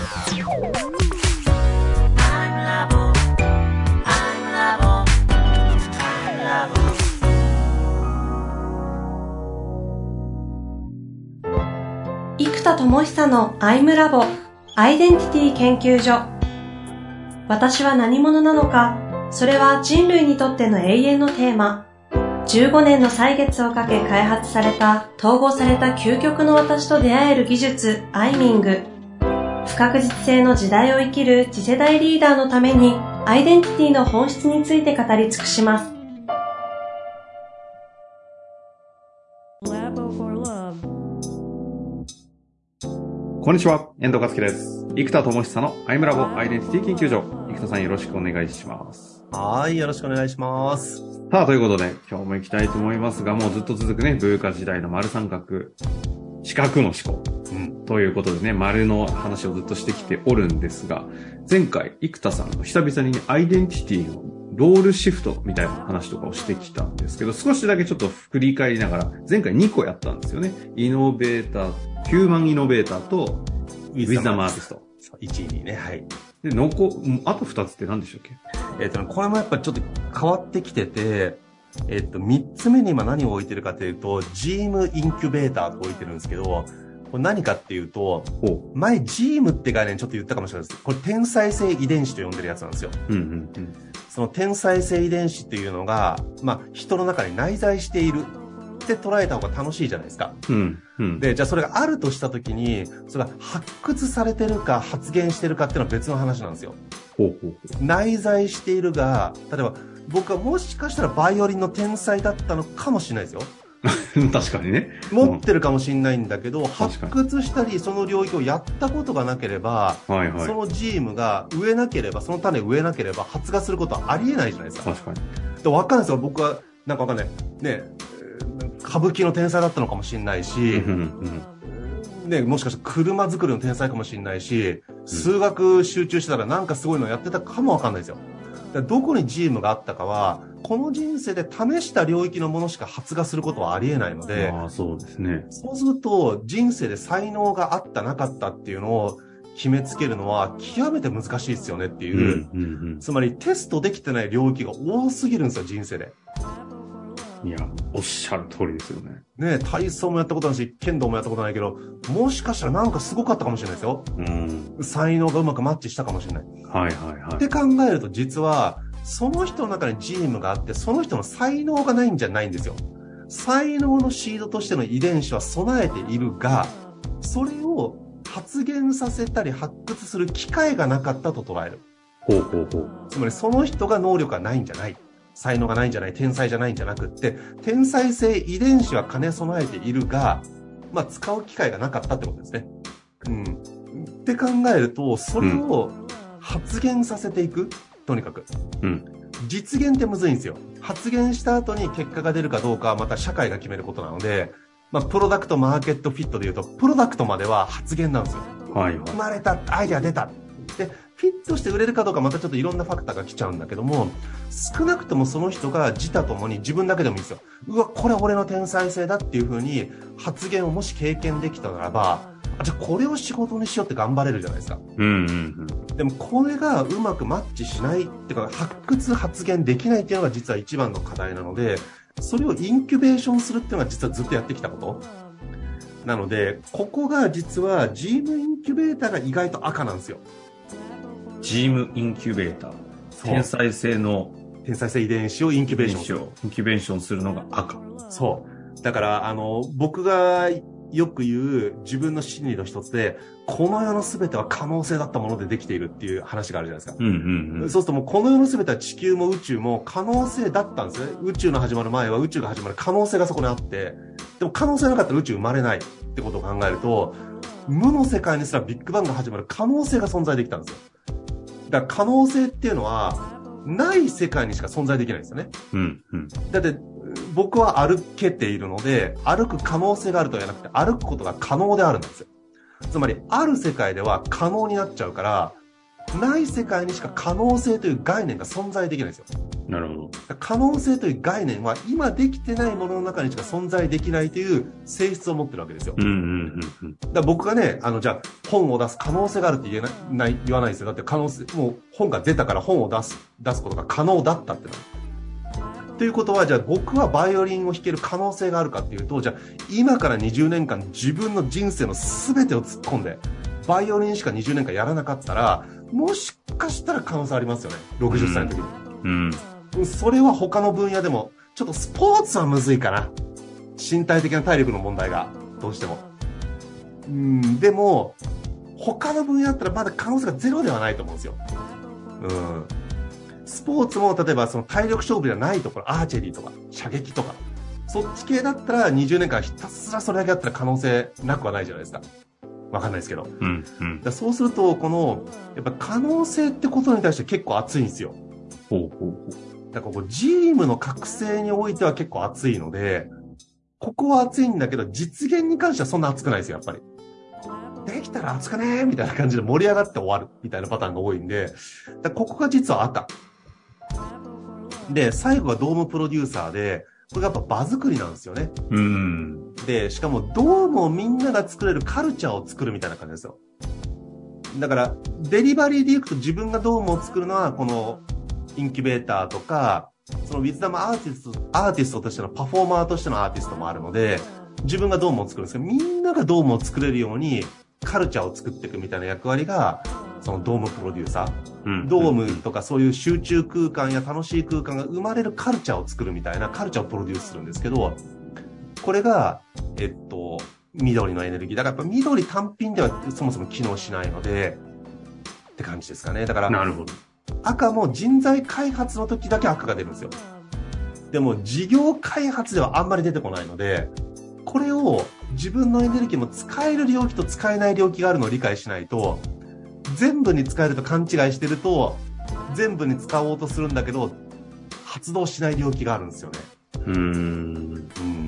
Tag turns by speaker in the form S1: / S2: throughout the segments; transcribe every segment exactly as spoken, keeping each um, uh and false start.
S1: 生田智久のアイムラボアイデンティティ研究所。私は何者なのか、それは人類にとっての永遠のテーマ。じゅうごねんの歳月をかけ開発された統合された究極の私と出会える技術アイミング。不確実性の時代を生きる次世代リーダーのためにアイデンティティの本質について語り尽くします。
S2: こんにちは、遠藤和樹です。生田智久のアイムラボアイデンティティ研究所。生田さんよろしくお願いします。
S3: はい、よろしくお願いします。
S2: さあ、ということで、今日も行きたいと思いますが、もうずっと続くね、ブーカ時代の丸三角、四角の思考。うん、ということでね、丸の話をずっとしてきておるんですが、前回、生田さんの久々に、ね、アイデンティティのロールシフトみたいな話とかをしてきたんですけど、少しだけちょっと振り返りながら、前回にこやったんですよね。イノベーター、ヒューマンイノベーターと、ウィズダムアーティスト。
S3: いちいにね、はい。
S2: で、残、あとふたつって何でしたっけ？
S3: えっと、これもやっぱりちょっと変わってきてて、えっと、みっつめに今何を置いてるかというと、ジームインキュベーターと置いてるんですけど、これ何かっていうと、前ジームって概念ちょっと言ったかもしれないです。これ天才性遺伝子と呼んでるやつなんですよ。うんうんうん、その天才性遺伝子っていうのが、まあ、人の中に内在しているって捉えた方が楽しいじゃないですか。うんうん、で、じゃあそれがあるとしたときに、それが発掘されてるか発現してるかっていうのは別の話なんですよ。ほうほうほう。内在しているが、例えば僕はもしかしたらバイオリンの天才だったのかもしれないですよ。
S2: 確かにね。
S3: 持ってるかもしれないんだけど、うん、発掘したりその領域をやったことがなければ、はいはい、そのジームが植えなければ、その種植えなければ発芽することはありえないじゃないですか。確かに。で、わかんないですよ。僕はなんかわかんない。ね、歌舞伎の天才だったのかもしれないし、うんうん、ね、もしかしたら車作りの天才かもしれないし、数学集中してたらなんかすごいのやってたかもわかんないですよ。だからどこにジームがあったかは、この人生で試した領域のものしか発芽することはありえないので、
S2: あ、そうですね。
S3: そうすると人生で才能があったなかったっていうのを決めつけるのは極めて難しいですよねっていう、うんうんうん、つまりテストできてない領域が多すぎるんですよ、人生で。
S2: いや、おっしゃる通りですよね。
S3: ね、体操もやったことないし、剣道もやったことないけど、もしかしたらなんかすごかったかもしれないですよ。うん、才能がうまくマッチしたかもしれない。はいはいはい。って考えると実は、その人の中にジームがあって、その人の才能がないんじゃないんですよ。才能のシードとしての遺伝子は備えているが、それを発現させたり発掘する機会がなかったと捉える。ほうほうほう。つまりその人が能力がないんじゃない。才能がないんじゃない、天才じゃないんじゃなくって、天才性遺伝子は兼ね備えているが、まあ使う機会がなかったってことですね。うん。って考えると、それを発現させていく。とにかく。うん。実現ってむずいんですよ。発現した後に結果が出るかどうかはまた社会が決めることなので、まあプロダクトマーケットフィットで言うと、プロダクトまでは発現なんですよ。はいはい。生まれた、アイデア出た。で、フィットして売れるかどうかまたちょっといろんなファクターが来ちゃうんだけども、少なくともその人が自他ともに自分だけでもいいですよ。うわ、これ俺の天才性だっていう風に発言をもし経験できたならば、あ、じゃあこれを仕事にしようって頑張れるじゃないですか。うんうんうん。でもこれがうまくマッチしないっていうか、発掘発言できないっていうのが実は一番の課題なので、それをインキュベーションするっていうのが実はずっとやってきたこと。なので、ここが実はジームインキュベーターが意外と赤なんですよ。
S2: ジームインキュベーター。天才性の
S3: 天才性遺伝子をインキュベーションする。
S2: インキュベーションするのが赤。
S3: そう。だから、あの、僕がよく言う自分の心理の一つで、この世の全ては可能性だったものでできているっていう話があるじゃないですか。うんうんうん、そうするともうこの世の全ては地球も宇宙も可能性だったんですね。宇宙の始まる前は宇宙が始まる可能性がそこにあって、でも可能性なかったら宇宙生まれないってことを考えると、無の世界にすらビッグバンが始まる可能性が存在できたんですよ。だから可能性っていうのは、ない世界にしか存在できないんですよね。うんうん、だって、僕は歩けているので、歩く可能性があるとは言わなくて、歩くことが可能であるんですよ。つまり、ある世界では可能になっちゃうから、ない世界にしか可能性という概念が存在できないんですよ。
S2: なるほど。
S3: 可能性という概念は今できてないものの中にしか存在できないという性質を持ってるわけですよ。
S2: うんうんうんうん。
S3: だから僕がね、あの、じゃあ本を出す可能性があるって言えない、言わないですよ。だって可能性、もう本が出たから本を出す、出すことが可能だったってなる。ということは、じゃあ僕はバイオリンを弾ける可能性があるかっていうと、じゃあ今からにじゅうねんかん自分の人生の全てを突っ込んで、バイオリンしかにじゅうねんかんやらなかったら、もしかしたら可能性ありますよね。ろくじゅっさいの時に。
S2: うん。うん、
S3: それは他の分野でも、ちょっとスポーツはむずいかな。身体的な体力の問題が、どうしても。うん、でも、他の分野だったらまだ可能性がゼロではないと思うんですよ。うん。スポーツも、例えばその体力勝負じゃないところ、アーチェリーとか、射撃とか、そっち系だったらにじゅうねんかんひたすらそれだけやったら可能性なくはないじゃないですか。わかんないですけど。
S2: うんうん、
S3: だそうすると、この、やっぱ可能性ってことに対して結構熱いんですよ。
S2: ほうほうほう。
S3: だからこう、ジームの覚醒においては結構熱いので、ここは熱いんだけど、実現に関してはそんな熱くないですよ、やっぱり。できたら熱くねーみたいな感じで盛り上がって終わるみたいなパターンが多いんで、だここが実は赤。で、最後がドームプロデューサーで、これがやっぱ場作りなんですよね。
S2: うん。
S3: で、しかもドームをみんなが作れるカルチャーを作るみたいな感じですよ。だから、デリバリーで行くと自分がドームを作るのは、この、インキュベーターとか、そのウィズダムアーティスト、アーティストとしてのパフォーマーとしてのアーティストもあるので、自分がドームを作るんですけど、みんながドームを作れるようにカルチャーを作っていくみたいな役割が、そのドームプロデューサー、うん、ドームとかそういう集中空間や楽しい空間が生まれるカルチャーを作るみたいなカルチャーをプロデュースするんですけど、これが、えっと、緑のエネルギー。だからやっぱ緑単品ではそもそも機能しないので、って感じですかね。だから、
S2: なるほど。
S3: 赤も人材開発の時だけ赤が出るんですよ。でも事業開発ではあんまり出てこないので、これを自分のエネルギーも使える領域と使えない領域があるのを理解しないと、全部に使えると勘違いしてると、全部に使おうとするんだけど、発動しない領域があるんですよね。
S2: うーん。うん。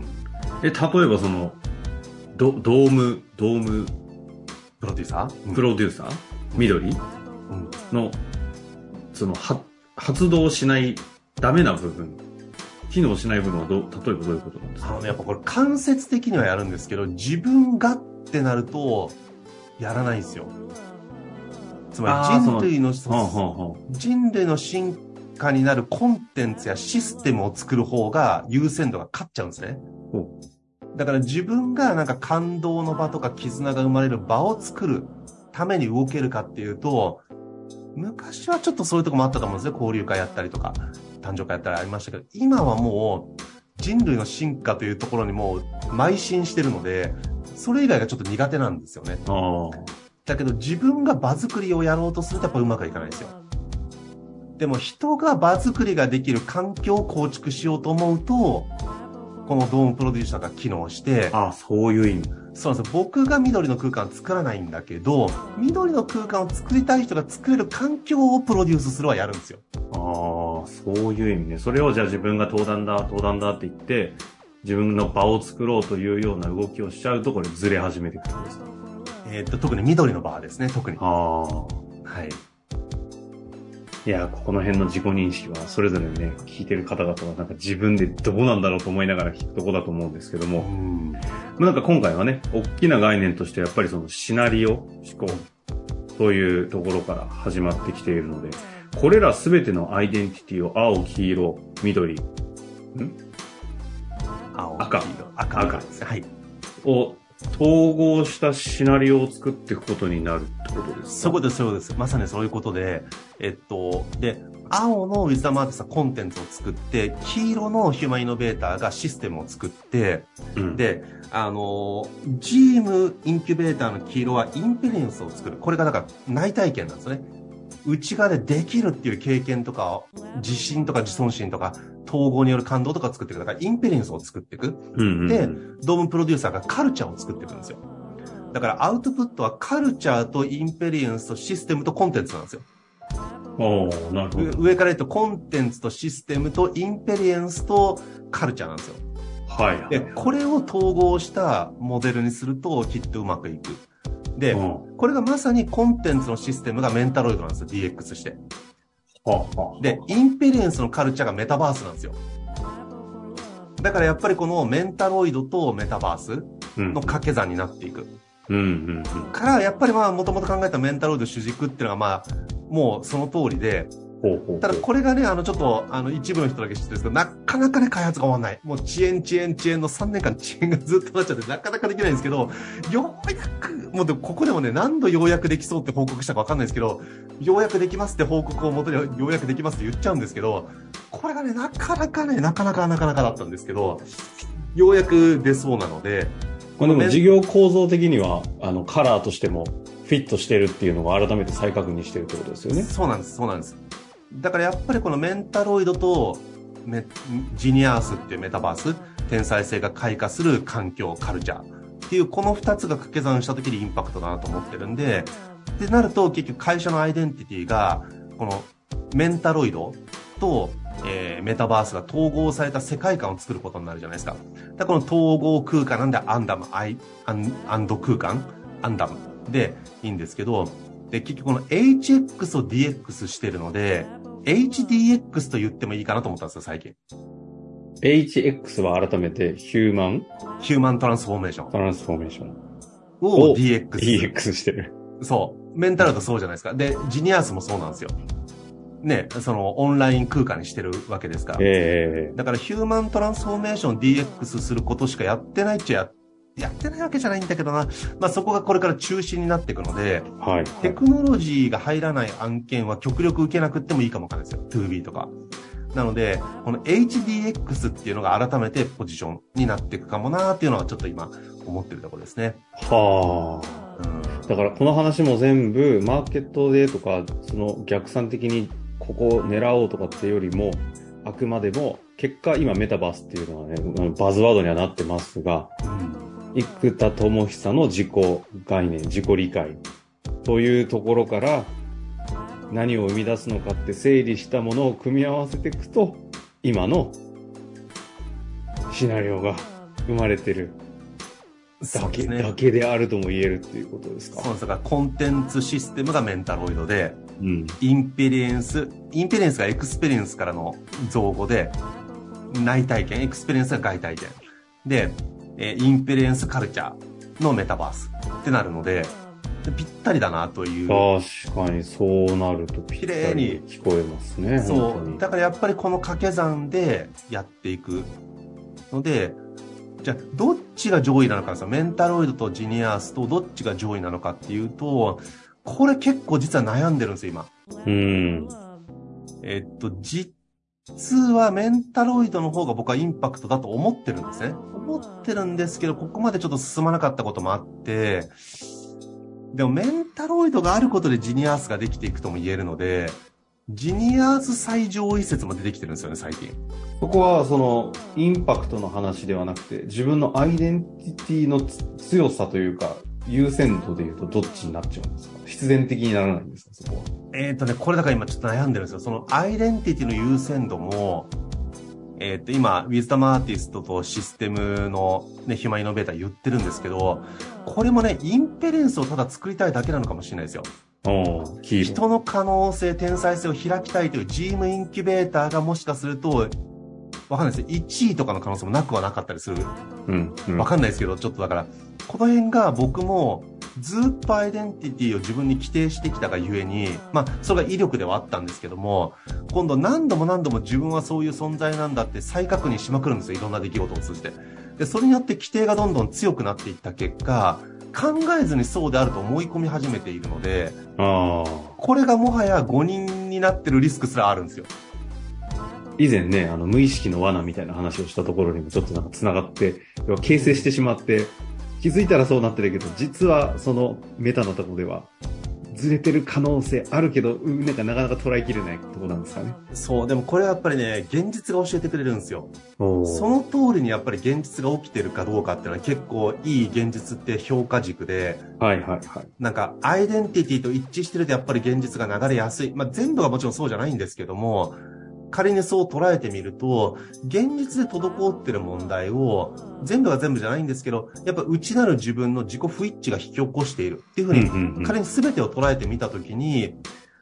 S2: え、例えばその、ド、ドーム、ドーム、
S3: プロデューサー
S2: プロデューサー、うん、緑、うん、の、その、は、発動しないダメな部分、機能しない部分はどう、例えばどういうことなんですか？
S3: あの、やっぱこれ間接的にはやるんですけど、自分がってなると、やらないんですよ。つまり人類の、人類の進化になるコンテンツやシステムを作る方が優先度が勝っちゃうんですね。だから自分がなんか感動の場とか絆が生まれる場を作るために動けるかっていうと、昔はちょっとそういうとこもあったと思うんですね。交流会やったりとか、誕生会やったりありましたけど、今はもう人類の進化というところにもう邁進してるので、それ以外がちょっと苦手なんですよね。
S2: あ
S3: だけど自分が場作りをやろうとするとやっぱうまくいかないですよ。でも人が場作りができる環境を構築しようと思うと、このドームプロデューサーが機能して、
S2: ああ、そういう意味。
S3: そうなんですよ。僕が緑の空間を作らないんだけど、緑の空間を作りたい人が作れる環境をプロデュースするはやるんですよ。
S2: ああ、そういう意味ね。それをじゃあ自分が登壇だ、登壇だって言って、自分の場を作ろうというような動きをしちゃうと、これずれ始めてくるんですか？
S3: えー、っと、特に緑の場ですね、特に。
S2: ああ。
S3: はい。
S2: いや、ここの辺の自己認識は、それぞれね、聞いてる方々はなんか自分でどうなんだろうと思いながら聞くとこだと思うんですけども、うんなんか今回はね、大きな概念としてやっぱりそのシナリオ、思考、そういうところから始まってきているので、これらすべてのアイデンティティを青、黄色、緑、ん
S3: 青、
S2: 赤、
S3: 黄色、赤、赤ですね。はい。
S2: を統合したシナリオを作っていくことになるってことですか？
S3: そういうことです、そういうことです。まさにそういうことで、えっと、で、青のウィズダムアーティストはコンテンツを作って、黄色のヒューマンイノベーターがシステムを作って、うん、で、あの、ジームインキュベーターの黄色はインペリエンスを作る。これがだから内体験なんですよね。内側でできるっていう経験とか、自信とか自尊心とか、統合による感動とかを作っていく。だからインペリエンスを作っていく。
S2: うんうんうん、
S3: で、ドームプロデューサーがカルチャーを作っていくんですよ。だからアウトプットはカルチャーとインペリエンスとシステムとコンテンツなんですよ。
S2: おー、なるほど。
S3: 上から言うとコンテンツとシステムとインペリエンスとカルチャーなんですよ。
S2: はい、はい。
S3: で、これを統合したモデルにするときっとうまくいく。で、うん、これがまさにコンテンツのシステムがメンタロイドなんですよ。ディーエックス して。 はあはあ、で、インペリエンスのカルチャーがメタバースなんですよ。だからやっぱりこのメンタロイドとメタバースの掛け算になっていく。うんうんうんうん、から、やっぱりまあ、もともと考えたメンタロイド主軸っていうのがまあ、もうその通りで、ほうほうほう、ただこれがね、あのちょっと、あの一部の人だけ知ってるんですけど、なかなかね、開発が終わんない。もう遅延遅延遅延のさんねんかん遅延がずっとなっちゃって、なかなかできないんですけど、ようやく、もうでもここでもね、何度ようやくできそうって報告したかわかんないですけど、ようやくできますって報告を元にようやくできますって言っちゃうんですけど、これがね、なかなかね、なかなかなかなかだったんですけど、ようやく出そうなので、
S2: この事業構造的には、あの、カラーとしてもフィットしてるっていうのが改めて再確認してるってことですよね。
S3: そうなんです、そうなんです。だからやっぱりこのメンタロイドとメジニアースっていうメタバース、天才性が開花する環境、カルチャーっていうこの二つが掛け算した時にインパクトだなと思ってるんで、ってなると結局会社のアイデンティティがこのメンタロイドと、えー、メタバースが統合された世界観を作ることになるじゃないですか。だからこの統合空間なんでアンダム、アイ、アン、アンド空間、アンダムでいいんですけど、で結局この エイチエックス を ディーエックス してるので、エイチディーエックス と言ってもいいかなと思ったんですよ、最近。
S2: エイチエックス は改めてヒューマン
S3: ヒューマントランスフォーメーション。
S2: トランスフォーメーション。
S3: を ディーエックス。
S2: ディーエックス してる。
S3: そう。メンタルとそうじゃないですか。で、ジニアースもそうなんですよ。ね、そのオンライン空間にしてるわけですから。えー、だからヒューマントランスフォーメーション ディーエックス することしかやってないっちゃややってないわけじゃないんだけどな。まあそこがこれから中心になっていくので、はいはい、テクノロジーが入らない案件は極力受けなくってもいいかもわかんないですよ。ツービー とか。なので、この エイチディーエックス っていうのが改めてポジションになっていくかもなーっていうのはちょっと今思ってるところですね。
S2: はあ、うん。だからこの話も全部マーケットでとか、その逆算的にここを狙おうとかっていうよりも、あくまでも結果今メタバースっていうのはね、バズワードにはなってますが、うん生田智久の自己概念、自己理解というところから何を生み出すのかって整理したものを組み合わせていくと今のシナリオが生まれてるだけ、ね、だけであるとも言えるっていうことですか。
S3: そうです。だからコンテンツシステムがメンタロイドで、うん、インペリエンス、インペリエンスがエクスペリエンスからの造語で内体験、エクスペリエンスが外体験でえー、インペリエンスカルチャーのメタバースってなるので、ぴったりだなという。
S2: 確かにそうなるとぴったり聞こえますね。
S3: そう。だからやっぱりこの掛け算でやっていくので、じゃあどっちが上位なのかですよ。メンタロイドとジニアースとどっちが上位なのかっていうと、これ結構実は悩んでるんですよ、今。うん。えっと、実はメンタロイドの方が僕はインパクトだと思ってるんですね。思ってるんですけど、ここまでちょっと進まなかったこともあって、でもメンタロイドがあることでジニアースができていくとも言えるので、ジニアース最上位説も出てきてるんですよね、最近。
S2: ここはそのインパクトの話ではなくて、自分のアイデンティティの強さというか、優先度でいうとどっちになっちゃうんですか？必然的にならないんですか、そこは。
S3: えっとね、これだから今ちょっと悩んでるんですよ。そのアイデンティティの優先度も、えっと、今、ウィズダムアーティストとシステムのね、ヒューマンイノベーター言ってるんですけど、これもね、インペレンスをただ作りたいだけなのかもしれないですよ。人の可能性、天才性を開きたいというジームインキュベーターがもしかすると、わかんないですよ。いちいとかの可能性もなくはなかったりする。うん。うん、わかんないですけど、ちょっとだから、この辺が僕もずっとアイデンティティを自分に規定してきたがゆえに、まあ、それが威力ではあったんですけども、今度何度も何度も自分はそういう存在なんだって再確認しまくるんですよ。いろんな出来事を通じて。で、それによって規定がどんどん強くなっていった結果、考えずにそうであると思い込み始めているので、あこれがもはや誤認になってるリスクすらあるんですよ。
S2: 以前ね、あの、無意識の罠みたいな話をしたところにもちょっとなんか繋がって、要は形成してしまって、気づいたらそうなってるけど、実はそのメタのところでは、ずれてる可能性あるけど、なんかなかなか捉えきれないところなんですかね。
S3: そう、でもこれはやっぱりね、現実が教えてくれるんですよ。その通りにやっぱり現実が起きてるかどうかっていうのは結構いい現実って評価軸で、はいはいはい。なんかアイデンティティと一致してるとやっぱり現実が流れやすい。まあ全部がもちろんそうじゃないんですけども、仮にそう捉えてみると、現実で滞ってる問題を、全部が全部じゃないんですけど、やっぱ内なる自分の自己不一致が引き起こしているっていうふうに、仮に全てを捉えてみたときに、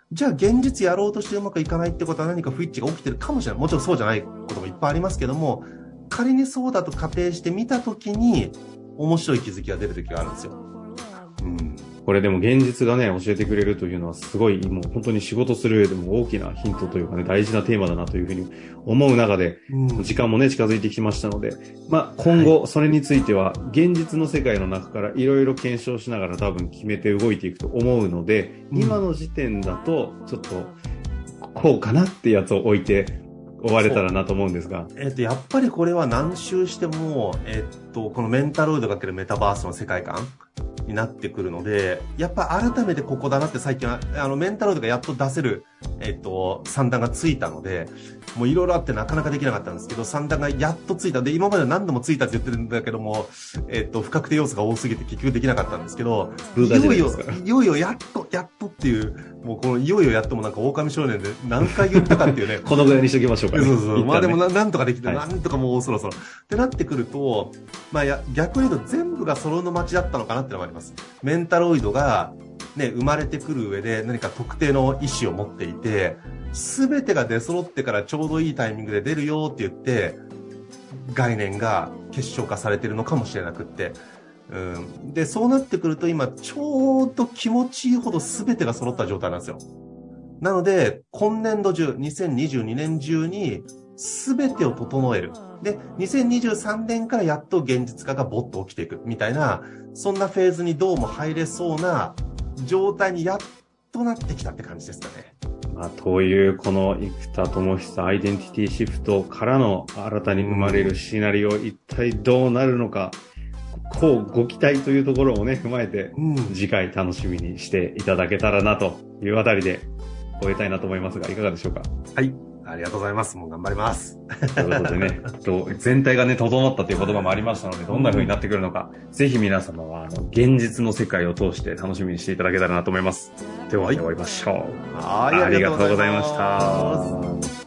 S3: じゃあ現実やろうとしてうまくいかないってことは何か不一致が起きてるかもしれない。もちろんそうじゃないこともいっぱいありますけども、仮にそうだと仮定してみたときに、面白い気づきが出るときがあるんですよ。
S2: うん。これでも現実がね、教えてくれるというのはすごい、もう本当に仕事する上でも大きなヒントというかね、大事なテーマだなというふうに思う中で、うん、時間もね、近づいてきましたので、まあ今後、それについては、現実の世界の中からいろいろ検証しながら多分決めて動いていくと思うので、うん、今の時点だと、ちょっと、こうかなってやつを置いて、終われたらなと思うんですが。
S3: えっと、やっぱりこれは何周しても、えっと、このメンタロイド×メタバースの世界観になってくるので、やっぱ改めてここだなって最近は、あの、メンタロイドがやっと出せる、えっと、算段がついたので、もういろいろあってなかなかできなかったんですけど、算段がやっとついた。で、今まで何度もついたって言ってるんだけども、えっと、不確定要素が多すぎて結局できなかったんですけど、いよいよ、いよいよやっと、やっとっていう、もうこのいよいよやっともなんか狼少年で何回言ったかっていうね。
S2: このぐらいにしときましょうかね。
S3: そうそう。ね、まあでもな、なんとかできて、はい、なんとかもうそろそろ。ってなってくると、まあや、逆に言うと全部が揃うの待ちだったのかなっていうのがあります。メンタロイドが、ね、生まれてくる上で何か特定の意思を持っていて、すべてが出揃ってからちょうどいいタイミングで出るよって言って、概念が結晶化されてるのかもしれなくって。うん、で、そうなってくると今、ちょうど気持ちいいほどすべてが揃った状態なんですよ。なので、今年度中、にせんにじゅうにねん中にすべてを整える。で、にせんにじゅうさんねんからやっと現実化がボッと起きていくみたいな、そんなフェーズにどうも入れそうな状態にやっとなってきたって感じですかね。
S2: まあ、というこの生田智久アイデンティティシフトからの新たに生まれるシナリオ、一体どうなるのか、こうご期待というところをね、踏まえて、次回楽しみにしていただけたらなというあたりで終えたいなと思いますが、いかがでしょうか。
S3: はい。ありがとうございます。もう頑張ります。
S2: ということでね、全体がね、整ったという言葉もありましたので、どんな風になってくるのか、うん、ぜひ皆様は、あの、現実の世界を通して楽しみにしていただけたらなと思います。では、終わりましょう。
S3: はい。
S2: ありがとうございました。